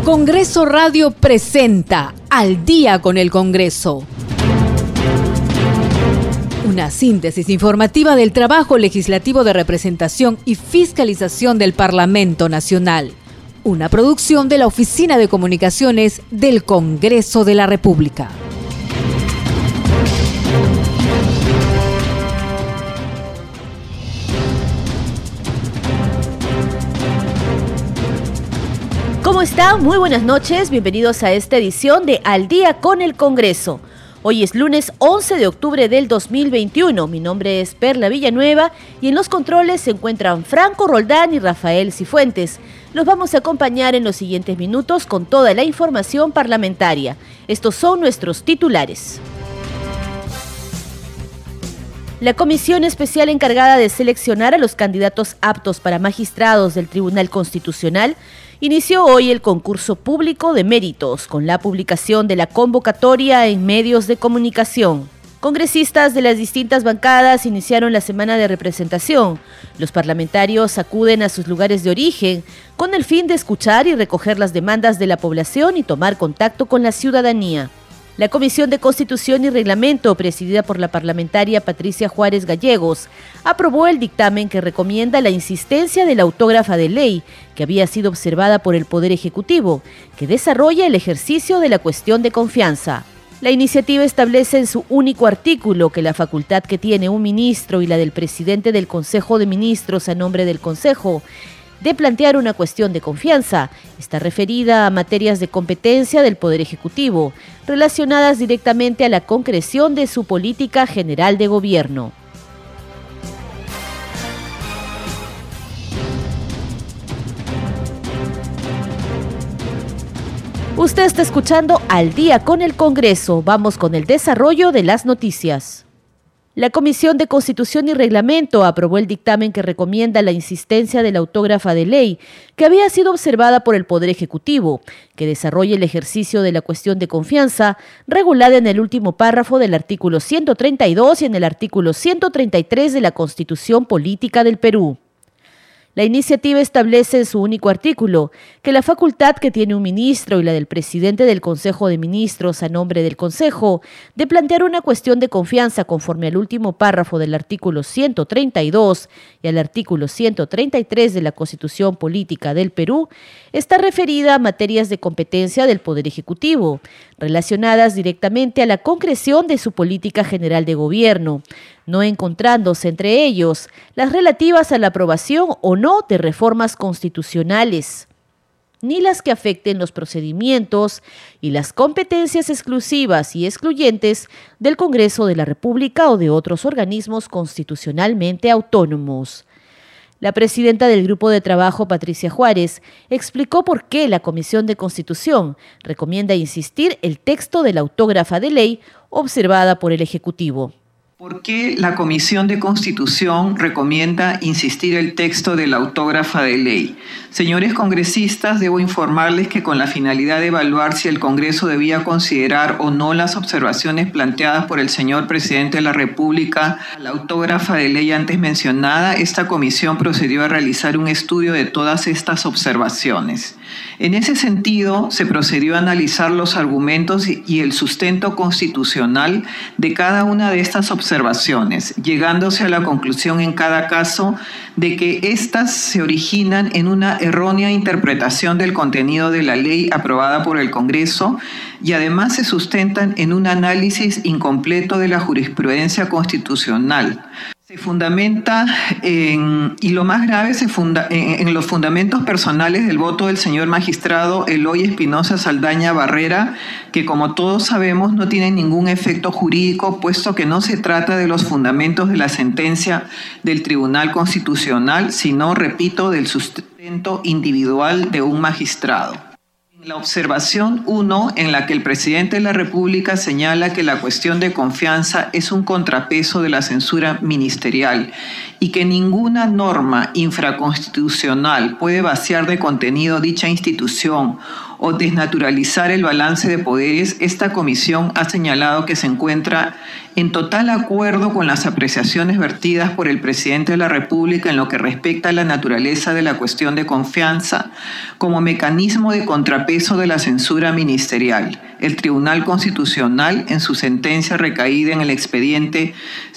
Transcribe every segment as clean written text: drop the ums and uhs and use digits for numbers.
Congreso Radio presenta Al Día con el Congreso. Una síntesis informativa del trabajo legislativo de representación y fiscalización del Parlamento Nacional. Una producción de la Oficina de Comunicaciones del Congreso de la República. ¿Cómo están? Muy buenas noches, bienvenidos a esta edición de Al Día con el Congreso. Hoy es lunes 11 de octubre del 2021, mi nombre es Perla Villanueva y en los controles se encuentran Franco Roldán y Rafael Cifuentes. Los vamos a acompañar en los siguientes minutos con toda la información parlamentaria. Estos son nuestros titulares. La comisión especial encargada de seleccionar a los candidatos aptos para magistrados del Tribunal Constitucional inició hoy el concurso público de méritos con la publicación de la convocatoria en medios de comunicación. Congresistas de las distintas bancadas iniciaron la semana de representación. Los parlamentarios acuden a sus lugares de origen con el fin de escuchar y recoger las demandas de la población y tomar contacto con la ciudadanía. La Comisión de Constitución y Reglamento, presidida por la parlamentaria Patricia Juárez Gallegos, aprobó el dictamen que recomienda la insistencia de la autógrafa de ley, que había sido observada por el Poder Ejecutivo, que desarrolla el ejercicio de la cuestión de confianza. La iniciativa establece en su único artículo que la facultad que tiene un ministro y la del presidente del Consejo de Ministros a nombre del Consejo de plantear una cuestión de confianza está referida a materias de competencia del Poder Ejecutivo, relacionadas directamente a la concreción de su política general de gobierno. Usted está escuchando Al Día con el Congreso. Vamos con el desarrollo de las noticias. La Comisión de Constitución y Reglamento aprobó el dictamen que recomienda la insistencia de la autógrafa de ley, que había sido observada por el Poder Ejecutivo, que desarrolle el ejercicio de la cuestión de confianza, regulada en el último párrafo del artículo 132 y en el artículo 133 de la Constitución Política del Perú. La iniciativa establece en su único artículo que la facultad que tiene un ministro y la del presidente del Consejo de Ministros a nombre del Consejo de plantear una cuestión de confianza conforme al último párrafo del artículo 132 y al artículo 133 de la Constitución Política del Perú está referida a materias de competencia del Poder Ejecutivo, relacionadas directamente a la concreción de su política general de gobierno, no encontrándose entre ellos las relativas a la aprobación o no de reformas constitucionales, ni las que afecten los procedimientos y las competencias exclusivas y excluyentes del Congreso de la República o de otros organismos constitucionalmente autónomos. La presidenta del Grupo de Trabajo, Patricia Juárez, explicó por qué la Comisión de Constitución recomienda insistir el texto de la autógrafa de ley observada por el Ejecutivo. ¿Por qué la Comisión de Constitución recomienda insistir el texto de la autógrafa de ley? Señores congresistas, debo informarles que con la finalidad de evaluar si el Congreso debía considerar o no las observaciones planteadas por el señor presidente de la República a la autógrafa de ley antes mencionada, esta comisión procedió a realizar un estudio de todas estas observaciones. En ese sentido, se procedió a analizar los argumentos y el sustento constitucional de cada una de estas observaciones, llegándose a la conclusión en cada caso de que éstas se originan en una errónea interpretación del contenido de la ley aprobada por el Congreso y además se sustentan en un análisis incompleto de la jurisprudencia constitucional. Se fundamenta y lo más grave, en los fundamentos personales del voto del señor magistrado Eloy Espinosa Saldaña Barrera, que como todos sabemos no tiene ningún efecto jurídico, puesto que no se trata de los fundamentos de la sentencia del Tribunal Constitucional, sino, repito, del sustento individual de un magistrado. La observación 1, en la que el presidente de la República señala que la cuestión de confianza es un contrapeso de la censura ministerial y que ninguna norma infraconstitucional puede vaciar de contenido dicha institución o desnaturalizar el balance de poderes, esta comisión ha señalado que se encuentra en total acuerdo con las apreciaciones vertidas por el presidente de la República en lo que respecta a la naturaleza de la cuestión de confianza como mecanismo de contrapeso de la censura ministerial. El Tribunal Constitucional, en su sentencia recaída en el expediente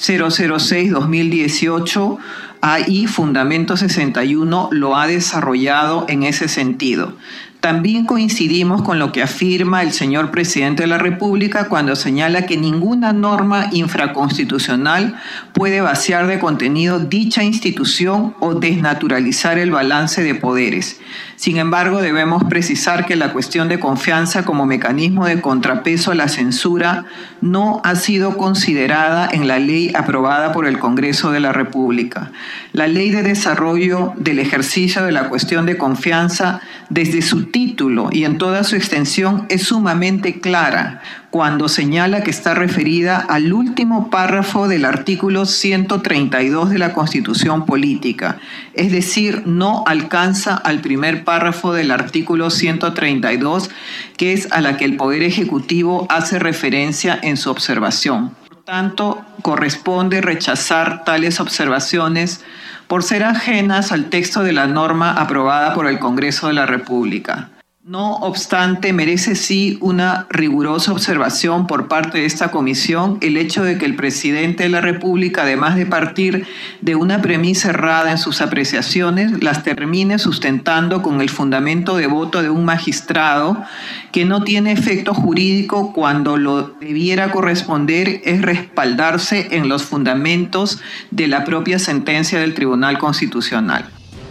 006-2018, AI Fundamento 61, lo ha desarrollado en ese sentido. También coincidimos con lo que afirma el señor presidente de la República cuando señala que ninguna norma infraconstitucional puede vaciar de contenido dicha institución o desnaturalizar el balance de poderes. Sin embargo, debemos precisar que la cuestión de confianza como mecanismo de contrapeso a la censura no ha sido considerada en la ley aprobada por el Congreso de la República. La Ley de Desarrollo del Ejercicio de la Cuestión de Confianza, desde su título y en toda su extensión, es sumamente clara cuando señala que está referida al último párrafo del artículo 132 de la Constitución Política, es decir, no alcanza al primer párrafo del artículo 132, que es a la que el Poder Ejecutivo hace referencia en su observación. Por tanto, corresponde rechazar tales observaciones por ser ajenas al texto de la norma aprobada por el Congreso de la República. No obstante, merece sí una rigurosa observación por parte de esta comisión el hecho de que el presidente de la República, además de partir de una premisa errada en sus apreciaciones, las termine sustentando con el fundamento de voto de un magistrado que no tiene efecto jurídico cuando lo debiera corresponder es respaldarse en los fundamentos de la propia sentencia del Tribunal Constitucional.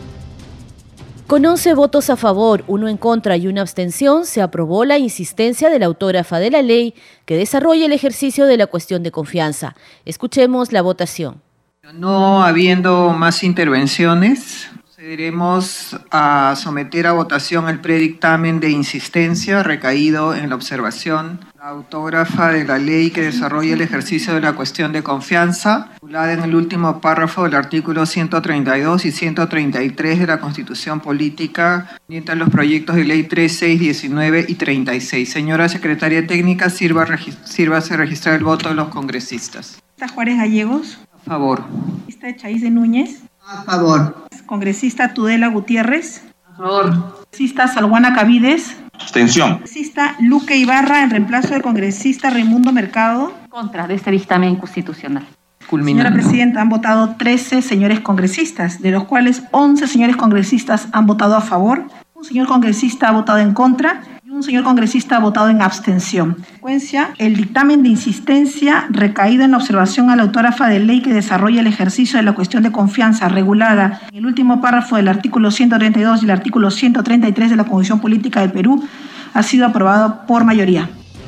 Con 11 votos a favor, 1 en contra y 1 abstención, se aprobó la insistencia de la autógrafa de la ley que desarrolla el ejercicio de la cuestión de confianza. Escuchemos la votación. No habiendo más intervenciones, procederemos a someter a votación el predictamen de insistencia recaído en la observación. La autógrafa de la ley que desarrolla el ejercicio de la cuestión de confianza, titulada en el último párrafo del artículo 132 y 133 de la Constitución Política, mientras los proyectos de ley 3, 6, 19 y 36. Señora Secretaria Técnica, sírvase registrar el voto de los congresistas. Juárez Gallegos. A favor. Congresista Chaiz de Núñez. A favor. Congresista Tudela Gutiérrez. A favor. Congresista Salguana Cavides. Abstención. Congresista Luque Ibarra en reemplazo del congresista Raimundo Mercado. Contra de este dictamen constitucional. Culminando. Señora Presidenta, han votado 13 señores congresistas, de los cuales 11 señores congresistas han votado a favor, un señor congresista ha votado en contra y un señor congresista ha votado en abstención. En consecuencia, el dictamen de insistencia recaído en la observación a la autógrafa de ley que desarrolla el ejercicio de la cuestión de confianza regulada en el último párrafo del artículo 132 y el artículo 133 de la Constitución Política del Perú ha sido aprobado por mayoría.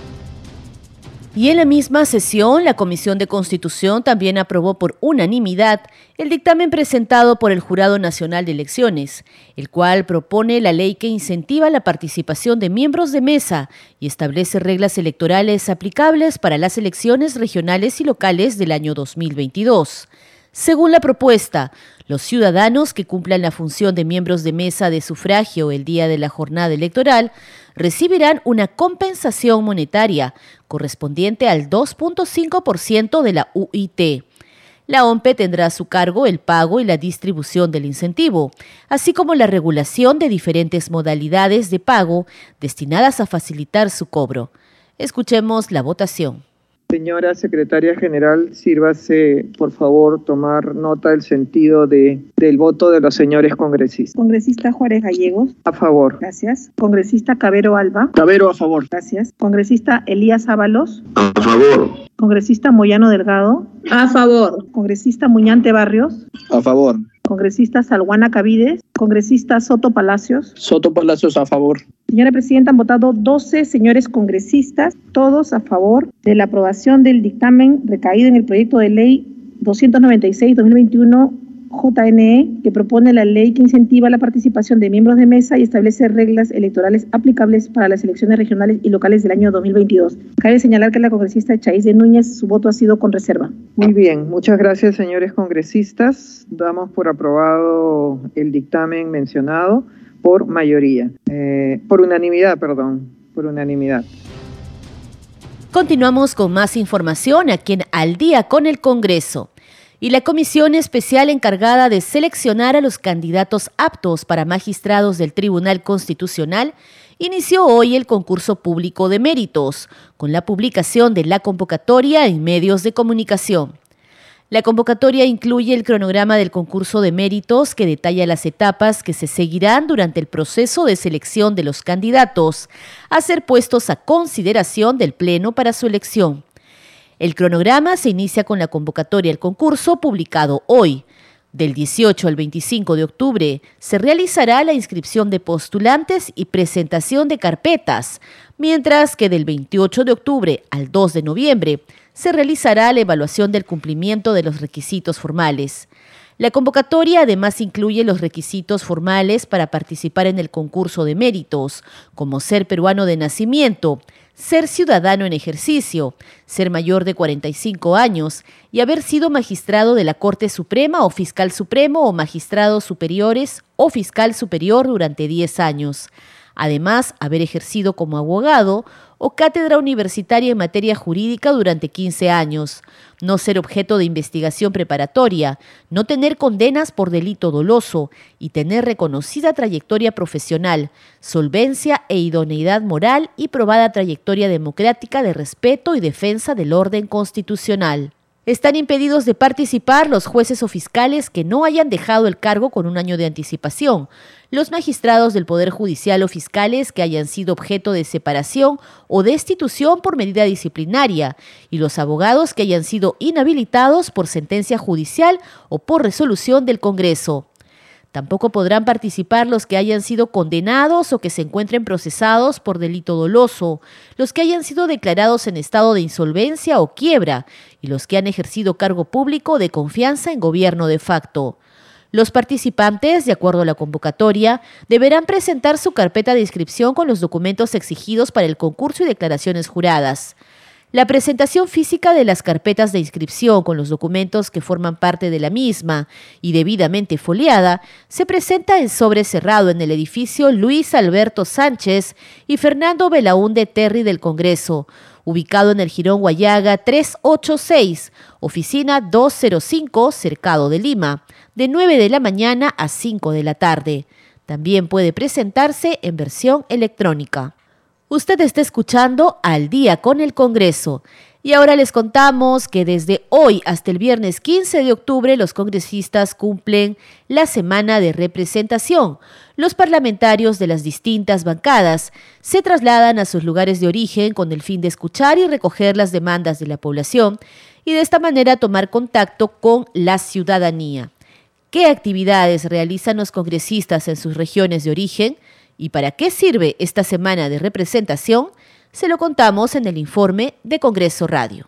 Y en la misma sesión, la Comisión de Constitución también aprobó por unanimidad el dictamen presentado por el Jurado Nacional de Elecciones, el cual propone la ley que incentiva la participación de miembros de mesa y establece reglas electorales aplicables para las elecciones regionales y locales del año 2022. Según la propuesta, los ciudadanos que cumplan la función de miembros de mesa de sufragio el día de la jornada electoral recibirán una compensación monetaria correspondiente al 2.5% de la UIT. La OMPE tendrá a su cargo el pago y la distribución del incentivo, así como la regulación de diferentes modalidades de pago destinadas a facilitar su cobro. Escuchemos la votación. Señora Secretaria General, sírvase, por favor, tomar nota del sentido del voto de los señores congresistas. Congresista Juárez Gallegos. A favor. Gracias. Congresista Cabero Alba. Cabero, a favor. Gracias. Congresista Elías Ábalos. A favor. Congresista Moyano Delgado. A favor. Congresista Muñante Barrios. A favor. Congresista Salguana Cavides. Congresista Soto Palacios. Soto Palacios, a favor. Señora Presidenta, han votado 12 señores congresistas, todos a favor de la aprobación del dictamen recaído en el proyecto de ley 296-2021 JNE, que propone la ley que incentiva la participación de miembros de mesa y establece reglas electorales aplicables para las elecciones regionales y locales del año 2022. Cabe señalar que la congresista Chaiz de Núñez, su voto ha sido con reserva. Muy bien, muchas gracias, señores congresistas. Damos por aprobado el dictamen mencionado. por mayoría, por unanimidad. Continuamos con más información aquí en Al Día con el Congreso. Y la comisión especial encargada de seleccionar a los candidatos aptos para magistrados del Tribunal Constitucional inició hoy el concurso público de méritos, con la publicación de la convocatoria en medios de comunicación. La convocatoria incluye el cronograma del concurso de méritos que detalla las etapas que se seguirán durante el proceso de selección de los candidatos a ser puestos a consideración del Pleno para su elección. El cronograma se inicia con la convocatoria al concurso publicado hoy. Del 18 al 25 de octubre se realizará la inscripción de postulantes y presentación de carpetas, mientras que del 28 de octubre al 2 de noviembre se realizará la evaluación del cumplimiento de los requisitos formales. La convocatoria además incluye los requisitos formales para participar en el concurso de méritos, como ser peruano de nacimiento, ser ciudadano en ejercicio, ser mayor de 45 años y haber sido magistrado de la Corte Suprema o fiscal supremo o magistrados superiores o fiscal superior durante 10 años. Además, haber ejercido como abogado o cátedra universitaria en materia jurídica durante 15 años, no ser objeto de investigación preparatoria, no tener condenas por delito doloso y tener reconocida trayectoria profesional, solvencia e idoneidad moral y probada trayectoria democrática de respeto y defensa del orden constitucional. Están impedidos de participar los jueces o fiscales que no hayan dejado el cargo con un año de anticipación, los magistrados del Poder Judicial o fiscales que hayan sido objeto de separación o destitución por medida disciplinaria y los abogados que hayan sido inhabilitados por sentencia judicial o por resolución del Congreso. Tampoco podrán participar los que hayan sido condenados o que se encuentren procesados por delito doloso, los que hayan sido declarados en estado de insolvencia o quiebra y los que han ejercido cargo público de confianza en gobierno de facto. Los participantes, de acuerdo a la convocatoria, deberán presentar su carpeta de inscripción con los documentos exigidos para el concurso y declaraciones juradas. La presentación física de las carpetas de inscripción con los documentos que forman parte de la misma y debidamente foliada se presenta en sobre cerrado en el edificio Luis Alberto Sánchez y Fernando Belaúnde Terry del Congreso, ubicado en el Jirón Guayaga 386, oficina 205, Cercado de Lima, de 9 de la mañana a 5 de la tarde. También puede presentarse en versión electrónica. Usted está escuchando Al Día con el Congreso. Y ahora les contamos que desde hoy hasta el viernes 15 de octubre los congresistas cumplen la semana de representación. Los parlamentarios de las distintas bancadas se trasladan a sus lugares de origen con el fin de escuchar y recoger las demandas de la población y de esta manera tomar contacto con la ciudadanía. ¿Qué actividades realizan los congresistas en sus regiones de origen? ¿Y para qué sirve esta semana de representación? Se lo contamos en el informe de Congreso Radio.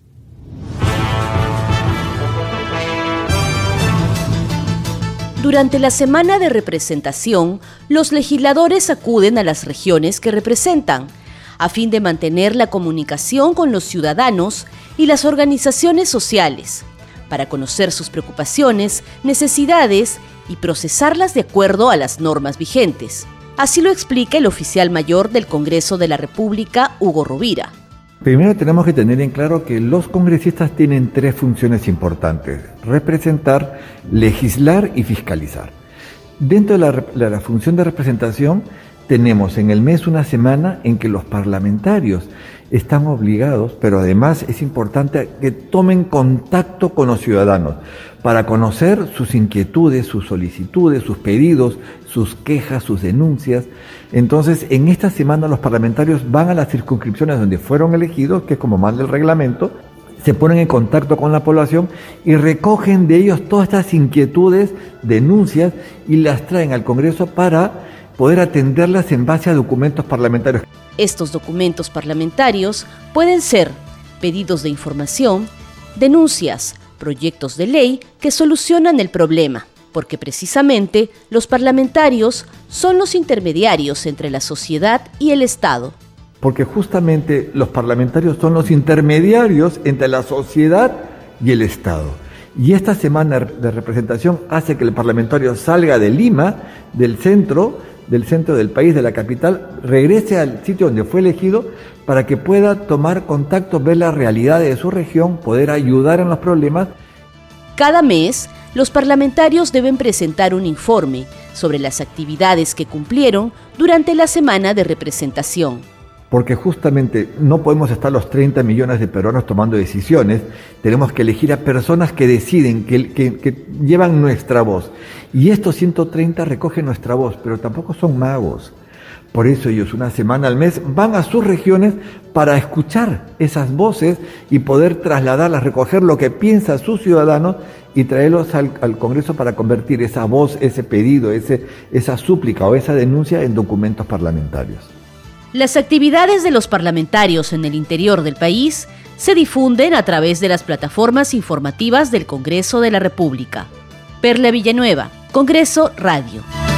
Durante la semana de representación, los legisladores acuden a las regiones que representan, a fin de mantener la comunicación con los ciudadanos y las organizaciones sociales, para conocer sus preocupaciones, necesidades y procesarlas de acuerdo a las normas vigentes. Así lo explica el oficial mayor del Congreso de la República, Hugo Rovira. Primero tenemos que tener en claro que los congresistas tienen tres funciones importantes: representar, legislar y fiscalizar. Dentro de la función de representación tenemos en el mes una semana en que los parlamentarios están obligados, pero además es importante que tomen contacto con los ciudadanos para conocer sus inquietudes, sus solicitudes, sus pedidos, sus quejas, sus denuncias. Entonces, en esta semana los parlamentarios van a las circunscripciones donde fueron elegidos, que es como manda el reglamento, se ponen en contacto con la población y recogen de ellos todas estas inquietudes, denuncias, y las traen al Congreso para poder atenderlas en base a documentos parlamentarios. Estos documentos parlamentarios pueden ser pedidos de información, denuncias, proyectos de ley que solucionan el problema, porque precisamente los parlamentarios son los intermediarios entre la sociedad y el Estado. Porque justamente los parlamentarios son los intermediarios entre la sociedad y el Estado. Y esta semana de representación hace que el parlamentario salga de Lima, del centro, del centro del país, de la capital, regrese al sitio donde fue elegido para que pueda tomar contacto, ver la realidad de su región, poder ayudar en los problemas. Cada mes, los parlamentarios deben presentar un informe sobre las actividades que cumplieron durante la semana de representación. Porque justamente no podemos estar los 30 millones de peruanos tomando decisiones, tenemos que elegir a personas que deciden, que llevan nuestra voz. Y estos 130 recogen nuestra voz, pero tampoco son magos. Por eso ellos una semana al mes van a sus regiones para escuchar esas voces y poder trasladarlas, recoger lo que piensan sus ciudadanos y traerlos al Congreso para convertir esa voz, ese pedido, esa súplica o esa denuncia en documentos parlamentarios. Las actividades de los parlamentarios en el interior del país se difunden a través de las plataformas informativas del Congreso de la República. Perla Villanueva, Congreso Radio.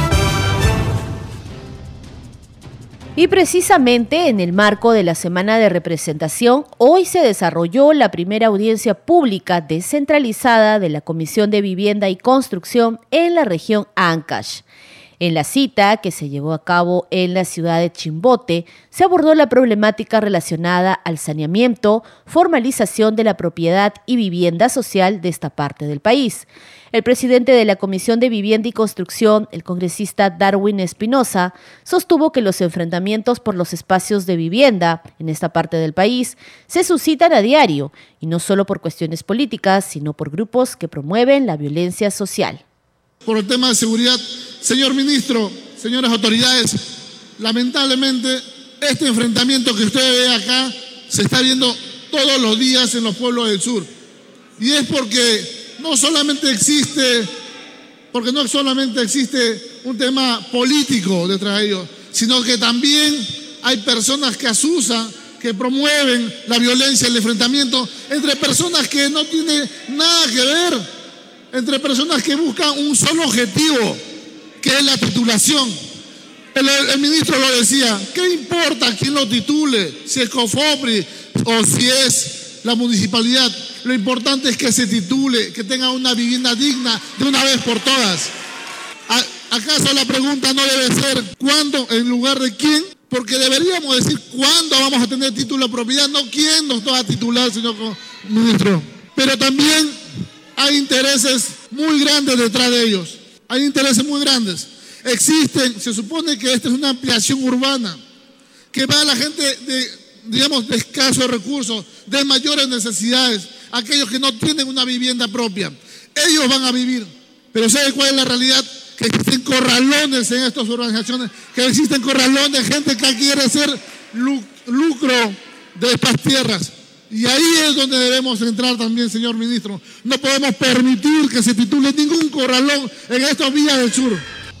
Y precisamente en el marco de la Semana de Representación, hoy se desarrolló la primera audiencia pública descentralizada de la Comisión de Vivienda y Construcción en la región Ancash. En la cita, que se llevó a cabo en la ciudad de Chimbote, se abordó la problemática relacionada al saneamiento, formalización de la propiedad y vivienda social de esta parte del país. El presidente de la Comisión de Vivienda y Construcción, el congresista Darwin Espinosa, sostuvo que los enfrentamientos por los espacios de vivienda en esta parte del país se suscitan a diario, y no solo por cuestiones políticas, sino por grupos que promueven la violencia social. Por el tema de seguridad, señor ministro, señoras autoridades, lamentablemente este enfrentamiento que usted ve acá se está viendo todos los días en los pueblos del sur. Y es porque no solamente existe un tema político detrás de ellos, sino que también hay personas que asusan, que promueven la violencia, el enfrentamiento entre personas que no tienen nada que ver, entre personas que buscan un solo objetivo, que es la titulación. El ministro lo decía, ¿qué importa quién lo titule? Si es COFOPRI o si es la municipalidad. Lo importante es que se titule, que tenga una vivienda digna de una vez por todas. ¿Acaso la pregunta no debe ser cuándo en lugar de quién? Porque deberíamos decir cuándo vamos a tener título de propiedad, no quién nos va a titular, señor ministro. Pero también hay intereses muy grandes detrás de ellos. Hay intereses muy grandes. Se supone que esta es una ampliación urbana, que va a la gente de escasos recursos, de mayores necesidades, aquellos que no tienen una vivienda propia. Ellos van a vivir. Pero ¿sabe cuál es la realidad? Que existen corralones en estas urbanizaciones, que existen corralones de gente que quiere hacer lucro de estas tierras. Y ahí es donde debemos entrar también, señor ministro. No podemos permitir que se titule ningún corralón en estas vías del sur.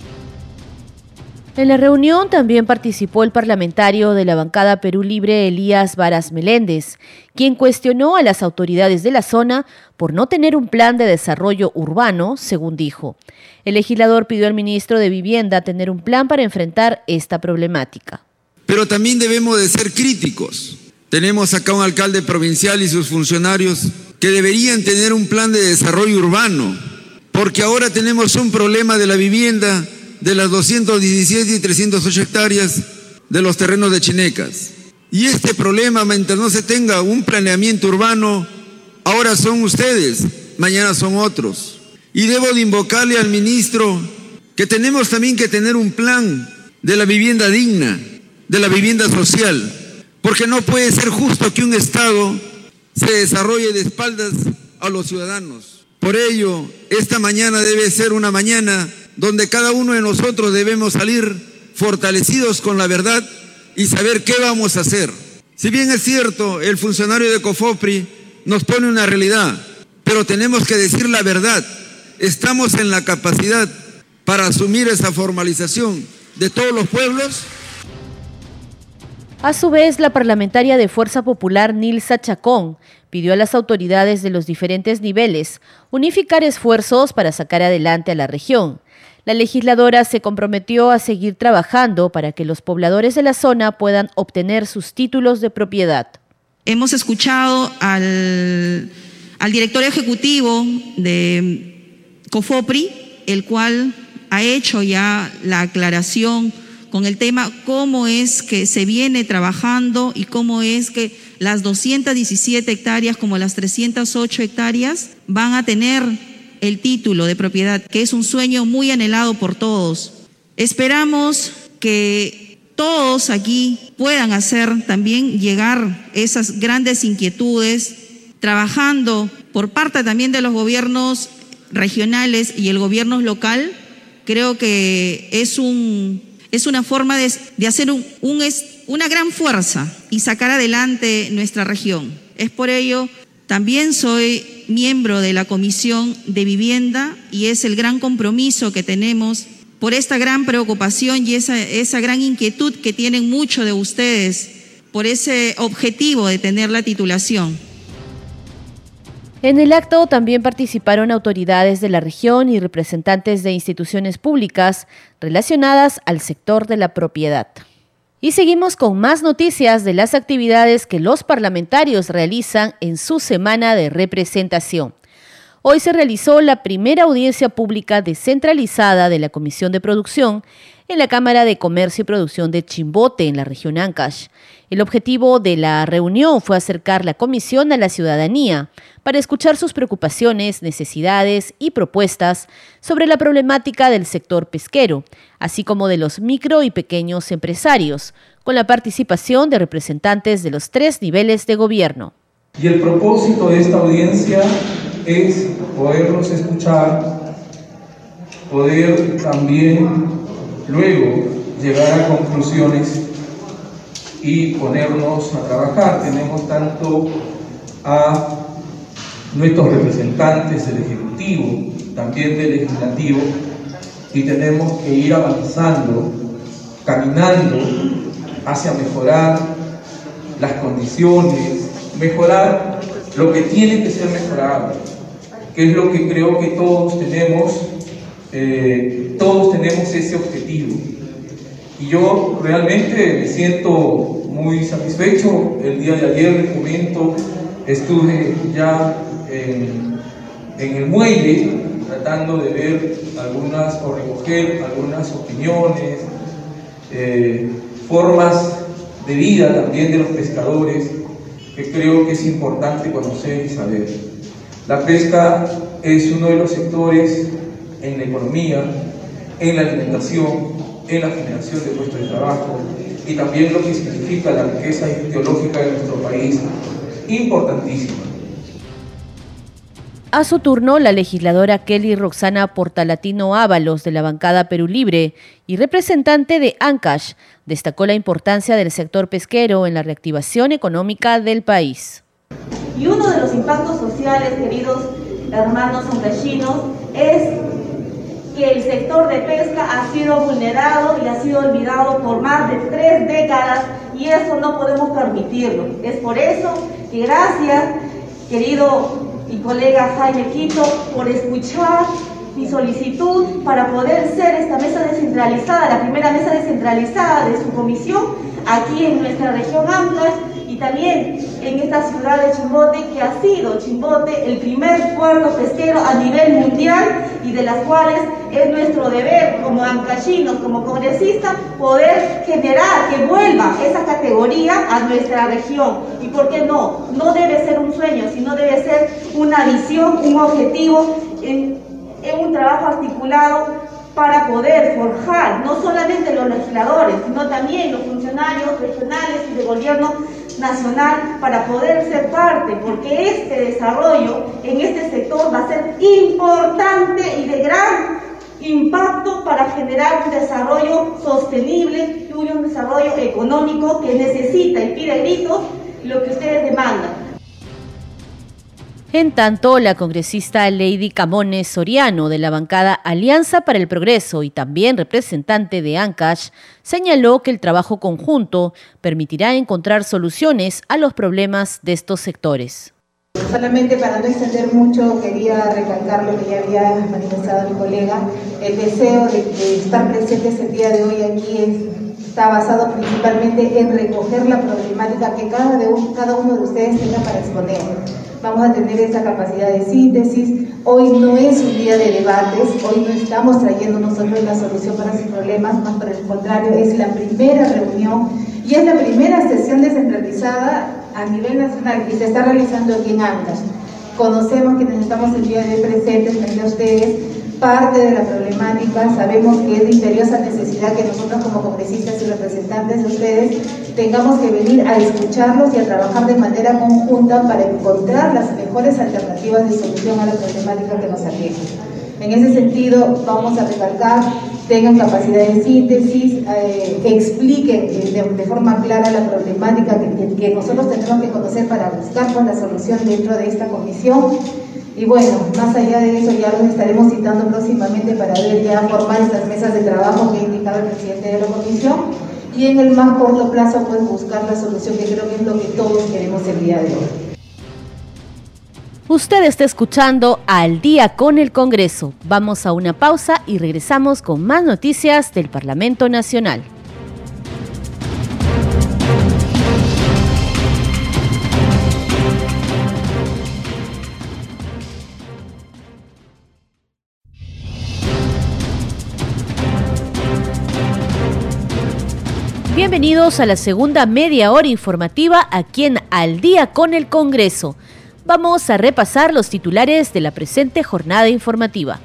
En la reunión también participó el parlamentario de la bancada Perú Libre, Elías Varas Meléndez, quien cuestionó a las autoridades de la zona por no tener un plan de desarrollo urbano, según dijo. El legislador pidió al ministro de Vivienda tener un plan para enfrentar esta problemática. Pero también debemos de ser críticos. Tenemos acá un alcalde provincial y sus funcionarios que deberían tener un plan de desarrollo urbano, porque ahora tenemos un problema de la vivienda de las 217 y 308 hectáreas de los terrenos de Chinecas. Y este problema, mientras no se tenga un planeamiento urbano, ahora son ustedes, mañana son otros. Y debo de invocarle al ministro que tenemos también que tener un plan de la vivienda digna, de la vivienda social, porque no puede ser justo que un Estado se desarrolle de espaldas a los ciudadanos. Por ello, esta mañana debe ser una mañana donde cada uno de nosotros debemos salir fortalecidos con la verdad y saber qué vamos a hacer. Si bien es cierto, el funcionario de COFOPRI nos pone una realidad, pero tenemos que decir la verdad. ¿Estamos en la capacidad para asumir esa formalización de todos los pueblos? A su vez, la parlamentaria de Fuerza Popular, Nilsa Chacón, pidió a las autoridades de los diferentes niveles unificar esfuerzos para sacar adelante a la región. La legisladora se comprometió a seguir trabajando para que los pobladores de la zona puedan obtener sus títulos de propiedad. Hemos escuchado al director ejecutivo de COFOPRI, el cual ha hecho ya la aclaración con el tema cómo es que se viene trabajando y cómo es que las 217 hectáreas como las 308 hectáreas van a tener el título de propiedad, que es un sueño muy anhelado por todos. Esperamos que todos aquí puedan hacer también llegar esas grandes inquietudes, trabajando por parte también de los gobiernos regionales y el gobierno local. Creo que es una forma de hacer una gran fuerza y sacar adelante nuestra región. Es por ello, también soy miembro de la Comisión de Vivienda y es el gran compromiso que tenemos por esta gran preocupación y esa gran inquietud que tienen muchos de ustedes por ese objetivo de tener la titulación. En el acto también participaron autoridades de la región y representantes de instituciones públicas relacionadas al sector de la propiedad. Y seguimos con más noticias de las actividades que los parlamentarios realizan en su semana de representación. Hoy se realizó la primera audiencia pública descentralizada de la Comisión de Producción en la Cámara de Comercio y Producción de Chimbote, en la región Ancash. El objetivo de la reunión fue acercar la comisión a la ciudadanía para escuchar sus preocupaciones, necesidades y propuestas sobre la problemática del sector pesquero, así como de los micro y pequeños empresarios, con la participación de representantes de los 3 niveles de gobierno. Y el propósito de esta audiencia es poderlos escuchar, poder también luego llegar a conclusiones y ponernos a trabajar. Tenemos tanto a nuestros representantes del Ejecutivo, también del Legislativo, y tenemos que ir avanzando, caminando hacia mejorar las condiciones, mejorar lo que tiene que ser mejorable, que es lo que creo que todos tenemos ese objetivo. Y yo realmente me siento muy satisfecho. El día de ayer, les comento, estuve ya en el muelle tratando de ver o recoger algunas opiniones, formas de vida también de los pescadores, que creo que es importante conocer y saber. La pesca es uno de los sectores en la economía, en la alimentación, en la generación de puestos de trabajo y también lo que significa la riqueza ideológica de nuestro país, importantísima. A su turno, la legisladora Kelly Roxana Portalatino Ábalos, de la bancada Perú Libre y representante de Ancash, destacó la importancia del sector pesquero en la reactivación económica del país. Y uno de los impactos sociales, queridos hermanos ancashinos, es que el sector de pesca ha sido vulnerado y ha sido olvidado por más de 3 décadas, y eso no podemos permitirlo. Es por eso que gracias, querido y colega Jaime Quito, por escuchar mi solicitud para poder ser esta mesa descentralizada, la primera mesa descentralizada de su comisión aquí en nuestra región Ancash y también en esta ciudad de Chimbote, que ha sido Chimbote el primer puerto pesquero a nivel mundial y de las cuales es nuestro deber como ancashinos, como congresistas, poder generar que vuelva esa categoría a nuestra región. Y por qué no, no debe ser un sueño, sino debe ser una visión, un objetivo en un trabajo articulado para poder forjar no solamente los legisladores, sino también los funcionarios regionales y de gobierno nacional para poder ser parte, porque este desarrollo en este sector va a ser importante y de gran impacto para generar un desarrollo sostenible y un desarrollo económico que necesita y pide a gritos lo que ustedes demandan. En tanto, la congresista Lady Camones Soriano, de la bancada Alianza para el Progreso y también representante de Ancash, señaló que el trabajo conjunto permitirá encontrar soluciones a los problemas de estos sectores. Solamente para no extender mucho, quería recalcar lo que ya había manifestado mi colega. El deseo de estar presentes el día de hoy aquí está basado principalmente en recoger la problemática que cada uno de ustedes tenga para exponer. vamos a tener esa capacidad de síntesis. Hoy no es un día de debates, hoy no estamos trayendo nosotros la solución para sus problemas, más por el contrario, es la primera reunión y es la primera sesión descentralizada a nivel nacional y se está realizando aquí en Ancash. Conocemos quienes estamos el día de hoy presentes frente a ustedes parte de la problemática, sabemos que es de imperiosa necesidad que nosotros como congresistas y representantes de ustedes tengamos que venir a escucharlos y a trabajar de manera conjunta para encontrar las mejores alternativas de solución a la problemática que nos aqueja. En ese sentido, vamos a recalcar, tengan capacidad de síntesis, expliquen de forma clara la problemática que nosotros tenemos que conocer para buscar pues, la solución dentro de esta comisión. Y bueno, más allá de eso, ya los estaremos citando próximamente para ver ya formar estas mesas de trabajo que ha indicado el presidente de la comisión y en el más corto plazo pues buscar la solución que creo que es lo que todos queremos el día de hoy. Usted está escuchando Al Día con el Congreso. Vamos a una pausa y regresamos con más noticias del Parlamento Nacional. Bienvenidos a la segunda media hora informativa aquí en Al Día con el Congreso. Vamos a repasar los titulares de la presente jornada informativa.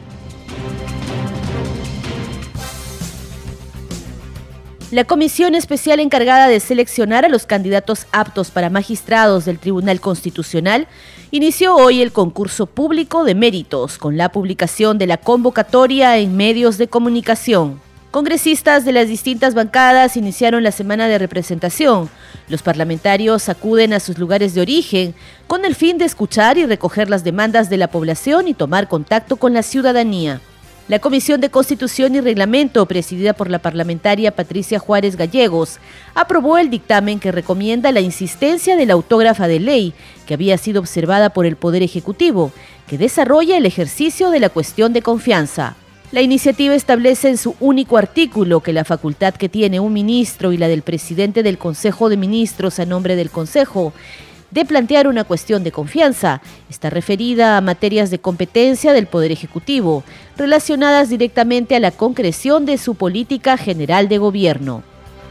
La comisión especial encargada de seleccionar a los candidatos aptos para magistrados del Tribunal Constitucional inició hoy el concurso público de méritos con la publicación de la convocatoria en medios de comunicación. Congresistas de las distintas bancadas iniciaron la semana de representación. Los parlamentarios acuden a sus lugares de origen con el fin de escuchar y recoger las demandas de la población y tomar contacto con la ciudadanía. La Comisión de Constitución y Reglamento, presidida por la parlamentaria Patricia Juárez Gallegos, aprobó el dictamen que recomienda la insistencia de la autógrafa de ley, que había sido observada por el Poder Ejecutivo, que desarrolla el ejercicio de la cuestión de confianza. La iniciativa establece en su único artículo que la facultad que tiene un ministro y la del presidente del Consejo de Ministros a nombre del Consejo de plantear una cuestión de confianza está referida a materias de competencia del Poder Ejecutivo, relacionadas directamente a la concreción de su política general de gobierno.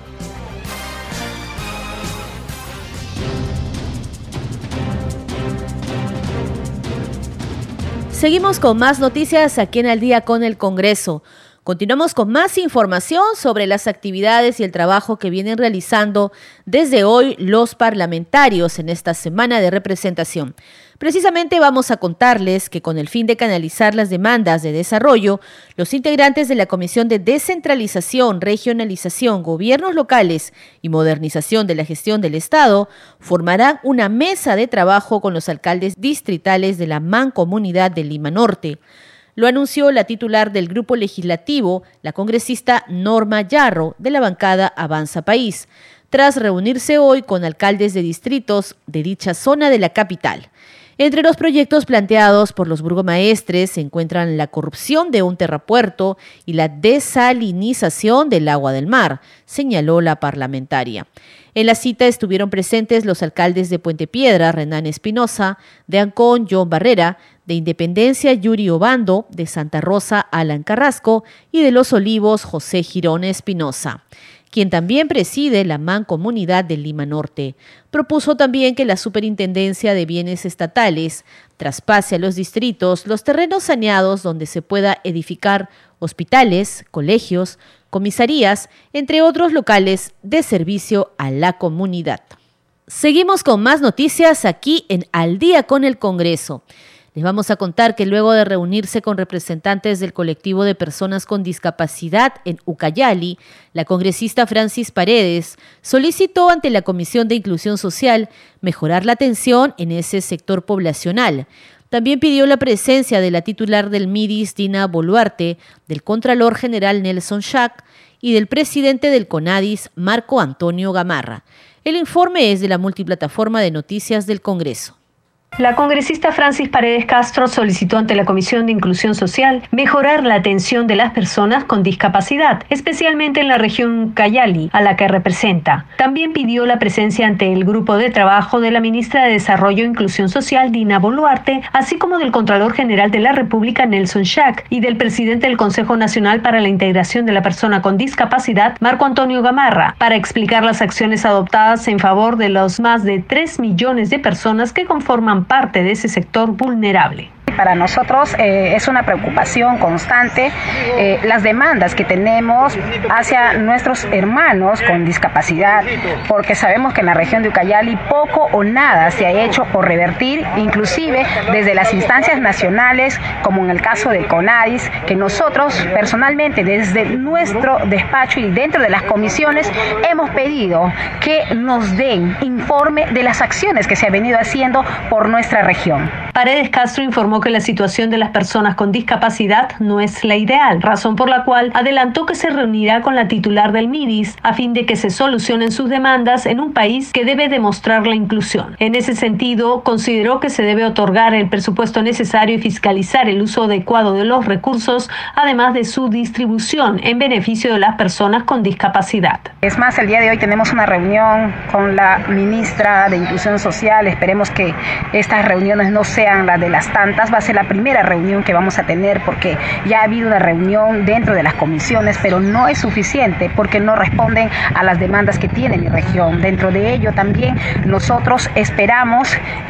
Seguimos con más noticias aquí en Al Día con el Congreso. Continuamos con más información sobre las actividades y el trabajo que vienen realizando desde hoy los parlamentarios en esta semana de representación. Precisamente vamos a contarles que con el fin de canalizar las demandas de desarrollo, los integrantes de la Comisión de Descentralización, Regionalización, Gobiernos Locales y Modernización de la Gestión del Estado formarán una mesa de trabajo con los alcaldes distritales de la Mancomunidad de Lima Norte. Lo anunció la titular del Grupo Legislativo, la congresista Norma Yarro, de la bancada Avanza País, tras reunirse hoy con alcaldes de distritos de dicha zona de la capital. Entre los proyectos planteados por los burgomaestres se encuentran la corrupción de un terrapuerto y la desalinización del agua del mar, señaló la parlamentaria. En la cita estuvieron presentes los alcaldes de Puente Piedra, Renán Espinosa, de Ancón, John Barrera, de Independencia, Yuri Obando, de Santa Rosa, Alan Carrasco y de Los Olivos, José Girón Espinosa, quien también preside la Mancomunidad de Lima Norte. Propuso también que la Superintendencia de Bienes Estatales traspase a los distritos los terrenos saneados donde se pueda edificar hospitales, colegios, comisarías, entre otros locales de servicio a la comunidad. Seguimos con más noticias aquí en Al Día con el Congreso. Les vamos a contar que luego de reunirse con representantes del colectivo de personas con discapacidad en Ucayali, la congresista Francis Paredes solicitó ante la Comisión de Inclusión Social mejorar la atención en ese sector poblacional. También pidió la presencia de la titular del MIDIS, Dina Boluarte, del Contralor General Nelson Schack y del presidente del CONADIS, Marco Antonio Gamarra. El informe es de la multiplataforma de noticias del Congreso. La congresista Francis Paredes Castro solicitó ante la Comisión de Inclusión Social mejorar la atención de las personas con discapacidad, especialmente en la región Ucayali, a la que representa. También pidió la presencia ante el grupo de trabajo de la ministra de Desarrollo e Inclusión Social, Dina Boluarte, así como del Contralor General de la República, Nelson Schack, y del presidente del Consejo Nacional para la Integración de la Persona con Discapacidad, Marco Antonio Gamarra, para explicar las acciones adoptadas en favor de los más de 3 millones de personas que conforman parte de ese sector vulnerable. Para nosotros es una preocupación constante las demandas que tenemos hacia nuestros hermanos con discapacidad, porque sabemos que en la región de Ucayali poco o nada se ha hecho por revertir, inclusive desde las instancias nacionales, como en el caso del CONADIS, que nosotros personalmente desde nuestro despacho y dentro de las comisiones hemos pedido que nos den informe de las acciones que se ha venido haciendo por nuestra región. Paredes Castro informó que la situación de las personas con discapacidad no es la ideal, razón por la cual adelantó que se reunirá con la titular del MIDIS a fin de que se solucionen sus demandas en un país que debe demostrar la inclusión. En ese sentido, consideró que se debe otorgar el presupuesto necesario y fiscalizar el uso adecuado de los recursos, además de su distribución en beneficio de las personas con discapacidad. Es más, el día de hoy tenemos una reunión con la ministra de Inclusión Social. Esperemos que estas reuniones no sean las de las tantas. Va a ser la primera reunión que vamos a tener, porque ya ha habido una reunión dentro de las comisiones, pero no es suficiente porque no responden a las demandas que tiene mi región. Dentro de ello también nosotros esperamos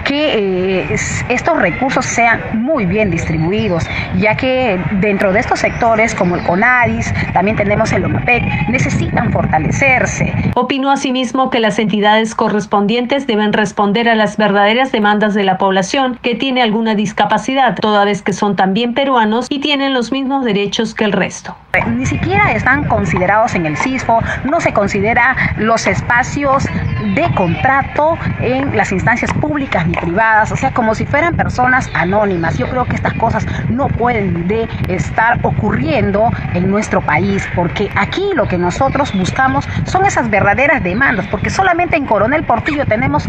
que estos recursos sean muy bien distribuidos, ya que dentro de estos sectores como el CONADIS, también tenemos el OMAPEC, necesitan fortalecerse. Opinó asimismo que las entidades correspondientes deben responder a las verdaderas demandas de la población que tiene alguna discapacidad, toda vez que son también peruanos y tienen los mismos derechos que el resto. Ni siquiera están considerados en el CISFO, no se considera los espacios de contrato en las instancias públicas ni privadas, o sea, como si fueran personas anónimas. Yo creo que estas cosas no pueden de estar ocurriendo en nuestro país, porque aquí lo que nosotros buscamos son esas verdaderas demandas, porque solamente en Coronel Portillo tenemos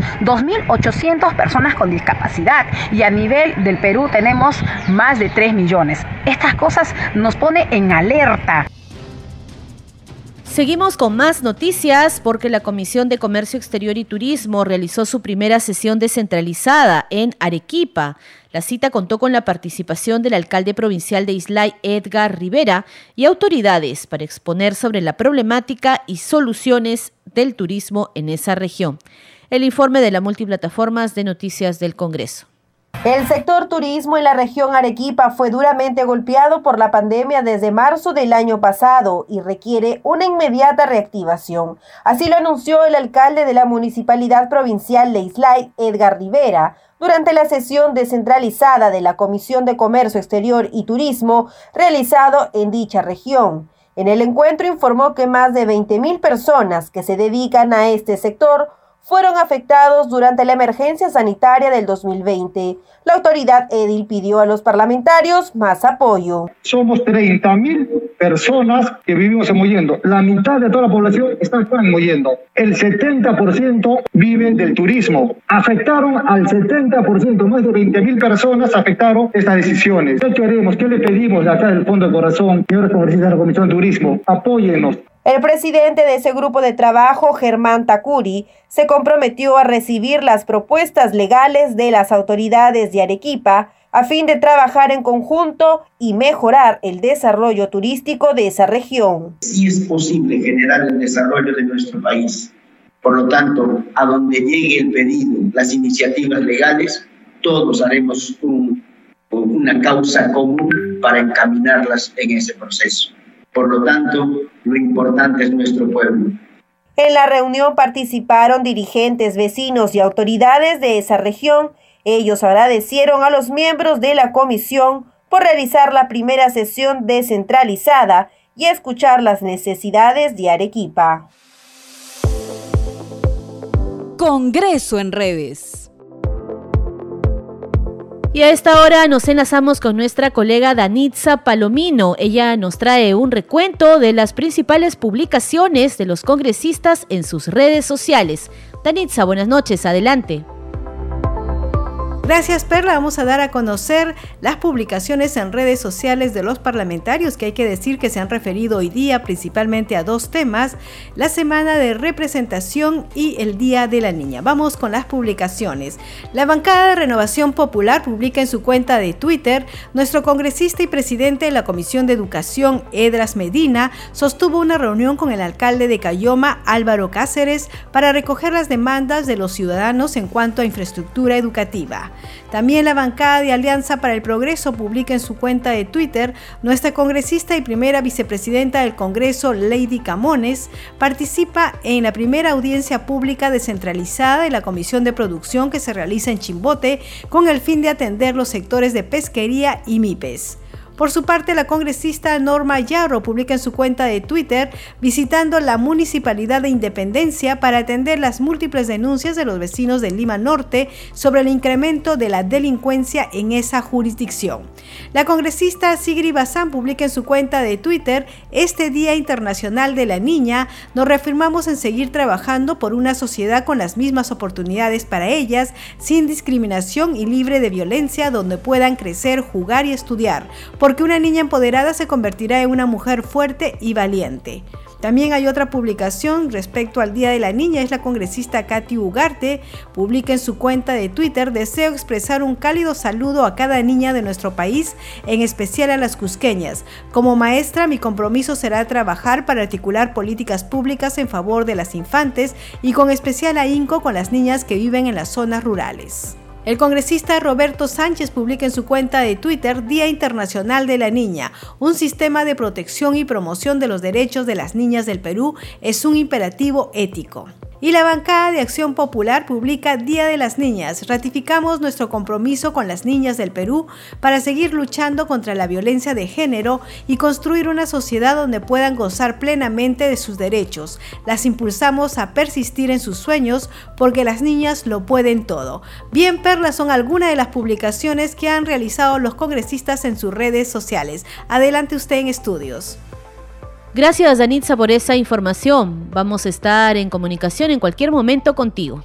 2.800 personas con discapacidad y a nivel del Perú tenemos más de 3 millones. Estas cosas nos ponen en alerta. Seguimos con más noticias porque la Comisión de Comercio Exterior y Turismo realizó su primera sesión descentralizada en Arequipa. La cita contó con la participación del alcalde provincial de Islay, Edgar Rivera, y autoridades para exponer sobre la problemática y soluciones del turismo en esa región. El informe de la multiplataformas de noticias del Congreso. El sector turismo en la región Arequipa fue duramente golpeado por la pandemia desde marzo del año pasado y requiere una inmediata reactivación. Así lo anunció el alcalde de la Municipalidad Provincial de Islay, Edgar Rivera, durante la sesión descentralizada de la Comisión de Comercio Exterior y Turismo realizado en dicha región. En el encuentro informó que más de 20.000 personas que se dedican a este sector fueron afectados durante la emergencia sanitaria del 2020. La autoridad edil pidió a los parlamentarios más apoyo. Somos 30.000 personas que vivimos en Mollendo. La mitad de toda la población está acá en Mollendo. El 70% viven del turismo. Afectaron al 70%, más de 20.000 personas afectaron estas decisiones. ¿Qué queremos? ¿Qué le pedimos acá del Fondo de Corazón? Señores congresistas de la Comisión de Turismo, apóyennos. El presidente de ese grupo de trabajo, Germán Tacuri, se comprometió a recibir las propuestas legales de las autoridades de Arequipa a fin de trabajar en conjunto y mejorar el desarrollo turístico de esa región. Sí es posible generar el desarrollo de nuestro país. Por lo tanto, a donde llegue el pedido, las iniciativas legales, todos haremos una causa común para encaminarlas en ese proceso. Por lo tanto, lo importante es nuestro pueblo. En la reunión participaron dirigentes, vecinos y autoridades de esa región. Ellos agradecieron a los miembros de la comisión por realizar la primera sesión descentralizada y escuchar las necesidades de Arequipa. Congreso en redes. Y a esta hora nos enlazamos con nuestra colega Danitza Palomino. Ella nos trae un recuento de las principales publicaciones de los congresistas en sus redes sociales. Danitza, buenas noches, adelante. Gracias, Perla. Vamos a dar a conocer las publicaciones en redes sociales de los parlamentarios, que hay que decir que se han referido hoy día principalmente a dos temas: la semana de representación y el Día de la Niña. Vamos con las publicaciones. La bancada de Renovación Popular publica en su cuenta de Twitter: nuestro congresista y presidente de la Comisión de Educación, Edras Medina, sostuvo una reunión con el alcalde de Cayoma, Álvaro Cáceres, para recoger las demandas de los ciudadanos en cuanto a infraestructura educativa. También la bancada de Alianza para el Progreso publica en su cuenta de Twitter: nuestra congresista y primera vicepresidenta del Congreso, Lady Camones, participa en la primera audiencia pública descentralizada de la Comisión de Producción que se realiza en Chimbote con el fin de atender los sectores de pesquería y MIPES. Por su parte, la congresista Norma Yarro publica en su cuenta de Twitter visitando la Municipalidad de Independencia para atender las múltiples denuncias de los vecinos de Lima Norte sobre el incremento de la delincuencia en esa jurisdicción. La congresista Sigrid Bazán publica en su cuenta de Twitter: este Día Internacional de la Niña, nos reafirmamos en seguir trabajando por una sociedad con las mismas oportunidades para ellas, sin discriminación y libre de violencia, donde puedan crecer, jugar y estudiar, porque una niña empoderada se convertirá en una mujer fuerte y valiente. También hay otra publicación respecto al Día de la Niña. Es la congresista Katy Ugarte, publica en su cuenta de Twitter: deseo expresar un cálido saludo a cada niña de nuestro país, en especial a las cusqueñas. Como maestra, mi compromiso será trabajar para articular políticas públicas en favor de las infantes y con especial ahínco con las niñas que viven en las zonas rurales. El congresista Roberto Sánchez publica en su cuenta de Twitter: Día Internacional de la Niña. Un sistema de protección y promoción de los derechos de las niñas del Perú es un imperativo ético. Y la bancada de Acción Popular publica: Día de las Niñas. Ratificamos nuestro compromiso con las niñas del Perú para seguir luchando contra la violencia de género y construir una sociedad donde puedan gozar plenamente de sus derechos. Las impulsamos a persistir en sus sueños porque las niñas lo pueden todo. Bien, Perla, son algunas de las publicaciones que han realizado los congresistas en sus redes sociales. Adelante usted en estudios. Gracias, Danitza, por esa información. Vamos a estar en comunicación en cualquier momento contigo.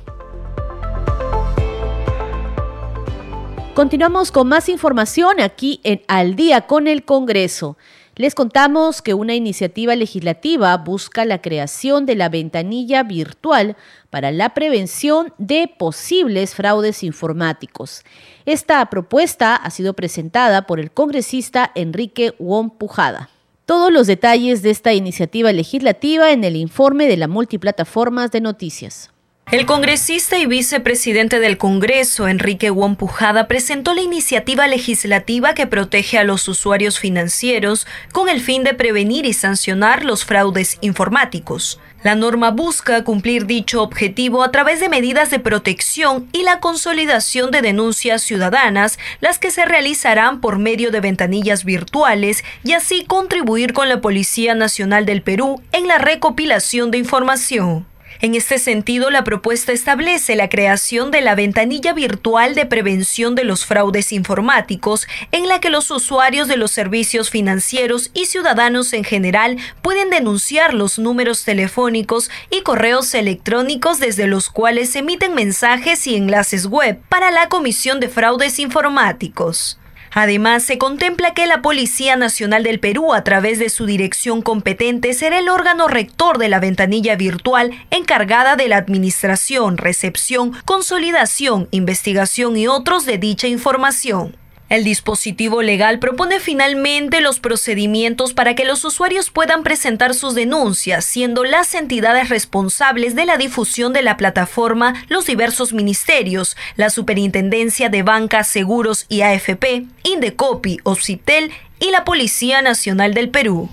Continuamos con más información aquí en Al Día con el Congreso. Les contamos que una iniciativa legislativa busca la creación de la ventanilla virtual para la prevención de posibles fraudes informáticos. Esta propuesta ha sido presentada por el congresista Enrique Wong Pujada. Todos los detalles de esta iniciativa legislativa en el informe de la Multiplataformas de Noticias. El congresista y vicepresidente del Congreso, Enrique Wong Pujada, presentó la iniciativa legislativa que protege a los usuarios financieros con el fin de prevenir y sancionar los fraudes informáticos. La norma busca cumplir dicho objetivo a través de medidas de protección y la consolidación de denuncias ciudadanas, las que se realizarán por medio de ventanillas virtuales, y así contribuir con la Policía Nacional del Perú en la recopilación de información. En este sentido, la propuesta establece la creación de la ventanilla virtual de prevención de los fraudes informáticos, en la que los usuarios de los servicios financieros y ciudadanos en general pueden denunciar los números telefónicos y correos electrónicos desde los cuales se emiten mensajes y enlaces web para la comisión de fraudes informáticos. Además, se contempla que la Policía Nacional del Perú, a través de su dirección competente, será el órgano rector de la ventanilla virtual encargada de la administración, recepción, consolidación, investigación y otros de dicha información. El dispositivo legal propone finalmente los procedimientos para que los usuarios puedan presentar sus denuncias, siendo las entidades responsables de la difusión de la plataforma los diversos ministerios, la Superintendencia de Banca, Seguros y AFP, Indecopi, Occitel y la Policía Nacional del Perú.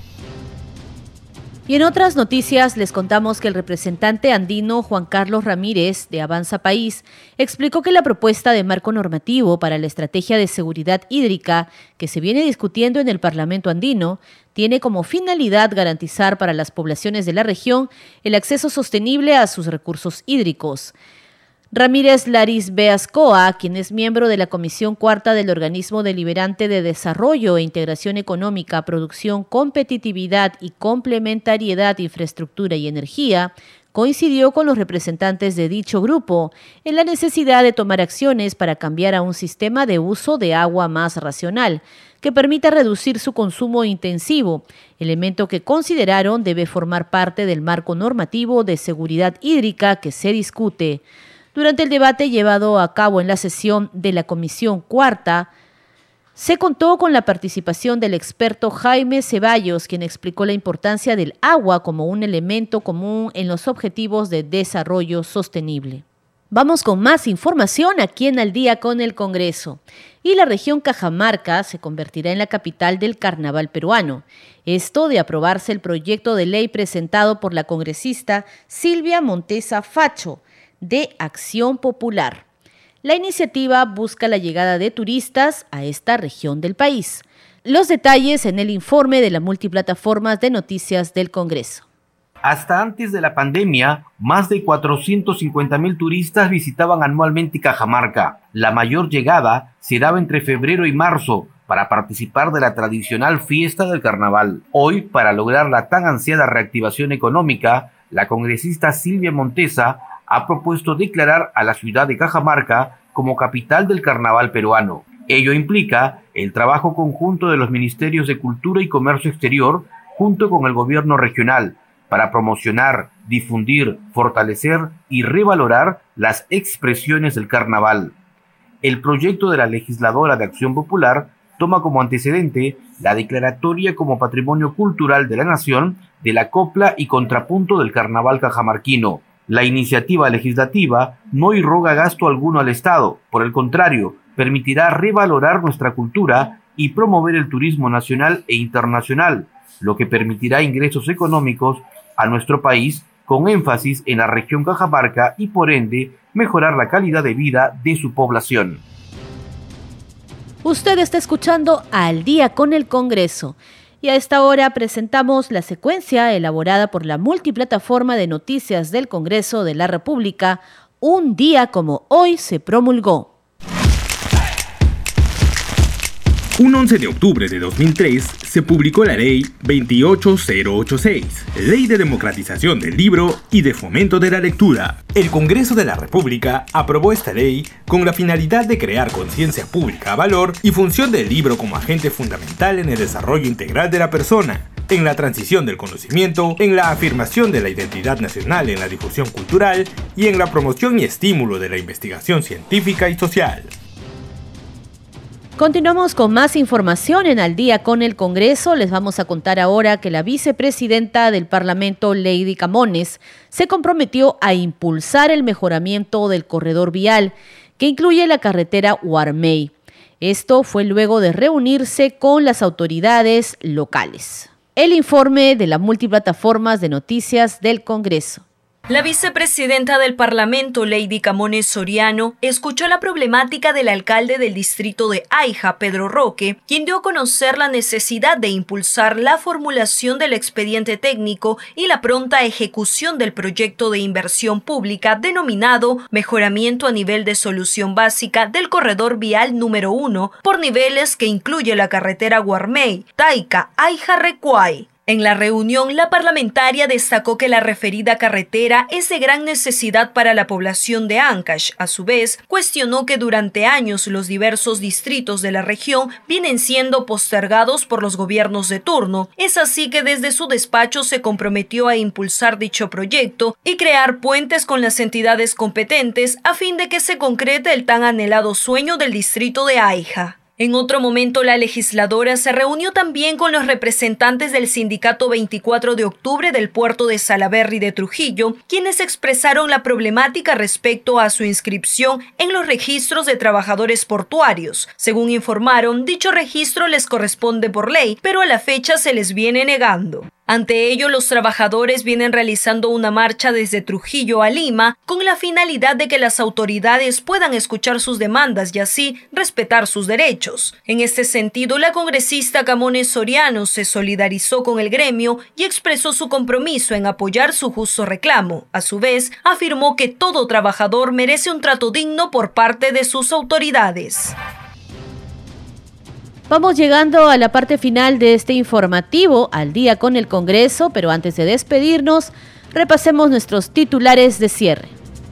Y en otras noticias les contamos que el representante andino Juan Carlos Ramírez de Avanza País explicó que la propuesta de marco normativo para la estrategia de seguridad hídrica que se viene discutiendo en el Parlamento andino tiene como finalidad garantizar para las poblaciones de la región el acceso sostenible a sus recursos hídricos. Ramírez Laris Beascoa, quien es miembro de la Comisión Cuarta del Organismo Deliberante de Desarrollo e Integración Económica, Producción, Competitividad y Complementariedad, Infraestructura y Energía, coincidió con los representantes de dicho grupo en la necesidad de tomar acciones para cambiar a un sistema de uso de agua más racional, que permita reducir su consumo intensivo, elemento que consideraron debe formar parte del marco normativo de seguridad hídrica que se discute. Durante el debate llevado a cabo en la sesión de la Comisión Cuarta, se contó con la participación del experto Jaime Ceballos, quien explicó la importancia del agua como un elemento común en los objetivos de desarrollo sostenible. Vamos con más información aquí en Al Día con el Congreso. Y la región Cajamarca se convertirá en la capital del carnaval peruano. Esto de aprobarse el proyecto de ley presentado por la congresista Silvia Montesa Facho, de Acción Popular. La iniciativa busca la llegada de turistas a esta región del país. Los detalles en el informe de la multiplataformas de noticias del Congreso. Hasta antes de la pandemia, más de 450,000 turistas visitaban anualmente Cajamarca. La mayor llegada se daba entre febrero y marzo para participar de la tradicional fiesta del carnaval. Hoy, para lograr la tan ansiada reactivación económica, la congresista Silvia Montesa ha propuesto declarar a la ciudad de Cajamarca como capital del carnaval peruano. Ello implica el trabajo conjunto de los Ministerios de Cultura y Comercio Exterior junto con el gobierno regional para promocionar, difundir, fortalecer y revalorar las expresiones del carnaval. El proyecto de la legisladora de Acción Popular toma como antecedente la declaratoria como Patrimonio Cultural de la Nación de la copla y contrapunto del carnaval cajamarquino. La iniciativa legislativa no irroga gasto alguno al Estado, por el contrario, permitirá revalorar nuestra cultura y promover el turismo nacional e internacional, lo que permitirá ingresos económicos a nuestro país con énfasis en la región Cajamarca y por ende mejorar la calidad de vida de su población. Usted está escuchando Al Día con el Congreso. Y a esta hora presentamos la secuencia elaborada por la multiplataforma de noticias del Congreso de la República, Un día como hoy se promulgó. Un 11 de octubre de 2003 se publicó la Ley 28086, Ley de Democratización del Libro y de Fomento de la Lectura. El Congreso de la República aprobó esta ley con la finalidad de crear conciencia pública a valor y función del libro como agente fundamental en el desarrollo integral de la persona, en la transición del conocimiento, en la afirmación de la identidad nacional en la difusión cultural y en la promoción y estímulo de la investigación científica y social. Continuamos con más información en Al Día con el Congreso. Les vamos a contar ahora que la vicepresidenta del Parlamento, Lady Camones, se comprometió a impulsar el mejoramiento del corredor vial, que incluye la carretera Huarmey. Esto fue luego de reunirse con las autoridades locales. El informe de las multiplataformas de noticias del Congreso. La vicepresidenta del Parlamento, Lady Camones Soriano, escuchó la problemática del alcalde del distrito de Aija, Pedro Roque, quien dio a conocer la necesidad de impulsar la formulación del expediente técnico y la pronta ejecución del proyecto de inversión pública denominado Mejoramiento a nivel de solución básica del corredor vial número 1 por niveles que incluye la carretera Huarmey, Taica, Aija, Recuay. En la reunión, la parlamentaria destacó que la referida carretera es de gran necesidad para la población de Ancash. A su vez, cuestionó que durante años los diversos distritos de la región vienen siendo postergados por los gobiernos de turno. Es así que desde su despacho se comprometió a impulsar dicho proyecto y crear puentes con las entidades competentes a fin de que se concrete el tan anhelado sueño del distrito de Aija. En otro momento, la legisladora se reunió también con los representantes del sindicato 24 de octubre del puerto de Salaberry de Trujillo, quienes expresaron la problemática respecto a su inscripción en los registros de trabajadores portuarios. Según informaron, dicho registro les corresponde por ley, pero a la fecha se les viene negando. Ante ello, los trabajadores vienen realizando una marcha desde Trujillo a Lima con la finalidad de que las autoridades puedan escuchar sus demandas y así respetar sus derechos. En este sentido, la congresista Camones Soriano se solidarizó con el gremio y expresó su compromiso en apoyar su justo reclamo. A su vez, afirmó que todo trabajador merece un trato digno por parte de sus autoridades. Vamos llegando a la parte final de este informativo al día con el Congreso, pero antes de despedirnos, repasemos nuestros titulares de cierre.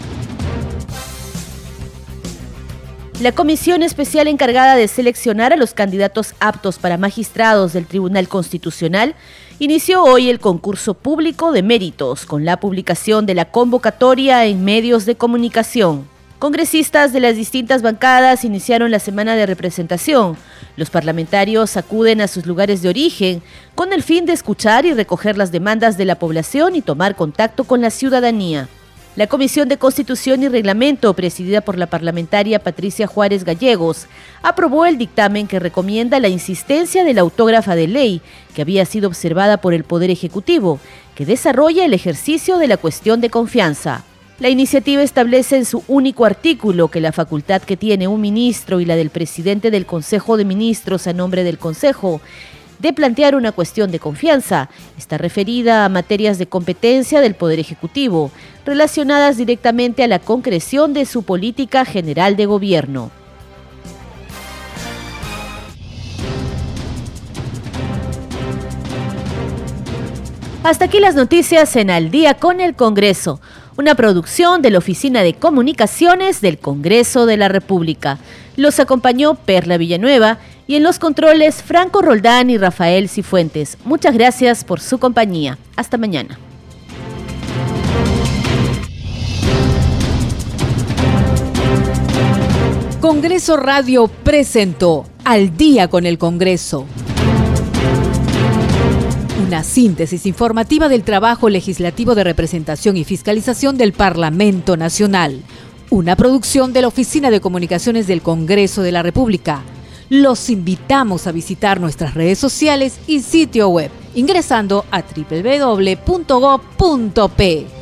La comisión especial encargada de seleccionar a los candidatos aptos para magistrados del Tribunal Constitucional inició hoy el concurso público de méritos con la publicación de la convocatoria en medios de comunicación. Congresistas de las distintas bancadas iniciaron la semana de representación. Los parlamentarios acuden a sus lugares de origen con el fin de escuchar y recoger las demandas de la población y tomar contacto con la ciudadanía. La Comisión de Constitución y Reglamento, presidida por la parlamentaria Patricia Juárez Gallegos, aprobó el dictamen que recomienda la insistencia de la autógrafa de ley, que había sido observada por el Poder Ejecutivo, que desarrolla el ejercicio de la cuestión de confianza. La iniciativa establece en su único artículo que la facultad que tiene un ministro y la del presidente del Consejo de Ministros a nombre del Consejo de plantear una cuestión de confianza está referida a materias de competencia del Poder Ejecutivo, relacionadas directamente a la concreción de su política general de gobierno. Hasta aquí las noticias en Al Día con el Congreso, una producción de la Oficina de Comunicaciones del Congreso de la República. Los acompañó Perla Villanueva y en los controles Franco Roldán y Rafael Cifuentes. Muchas gracias por su compañía. Hasta mañana. Congreso Radio presentó Al Día con el Congreso. Una síntesis informativa del trabajo legislativo de representación y fiscalización del Parlamento Nacional. Una producción de la Oficina de Comunicaciones del Congreso de la República. Los invitamos a visitar nuestras redes sociales y sitio web ingresando a www.gov.p.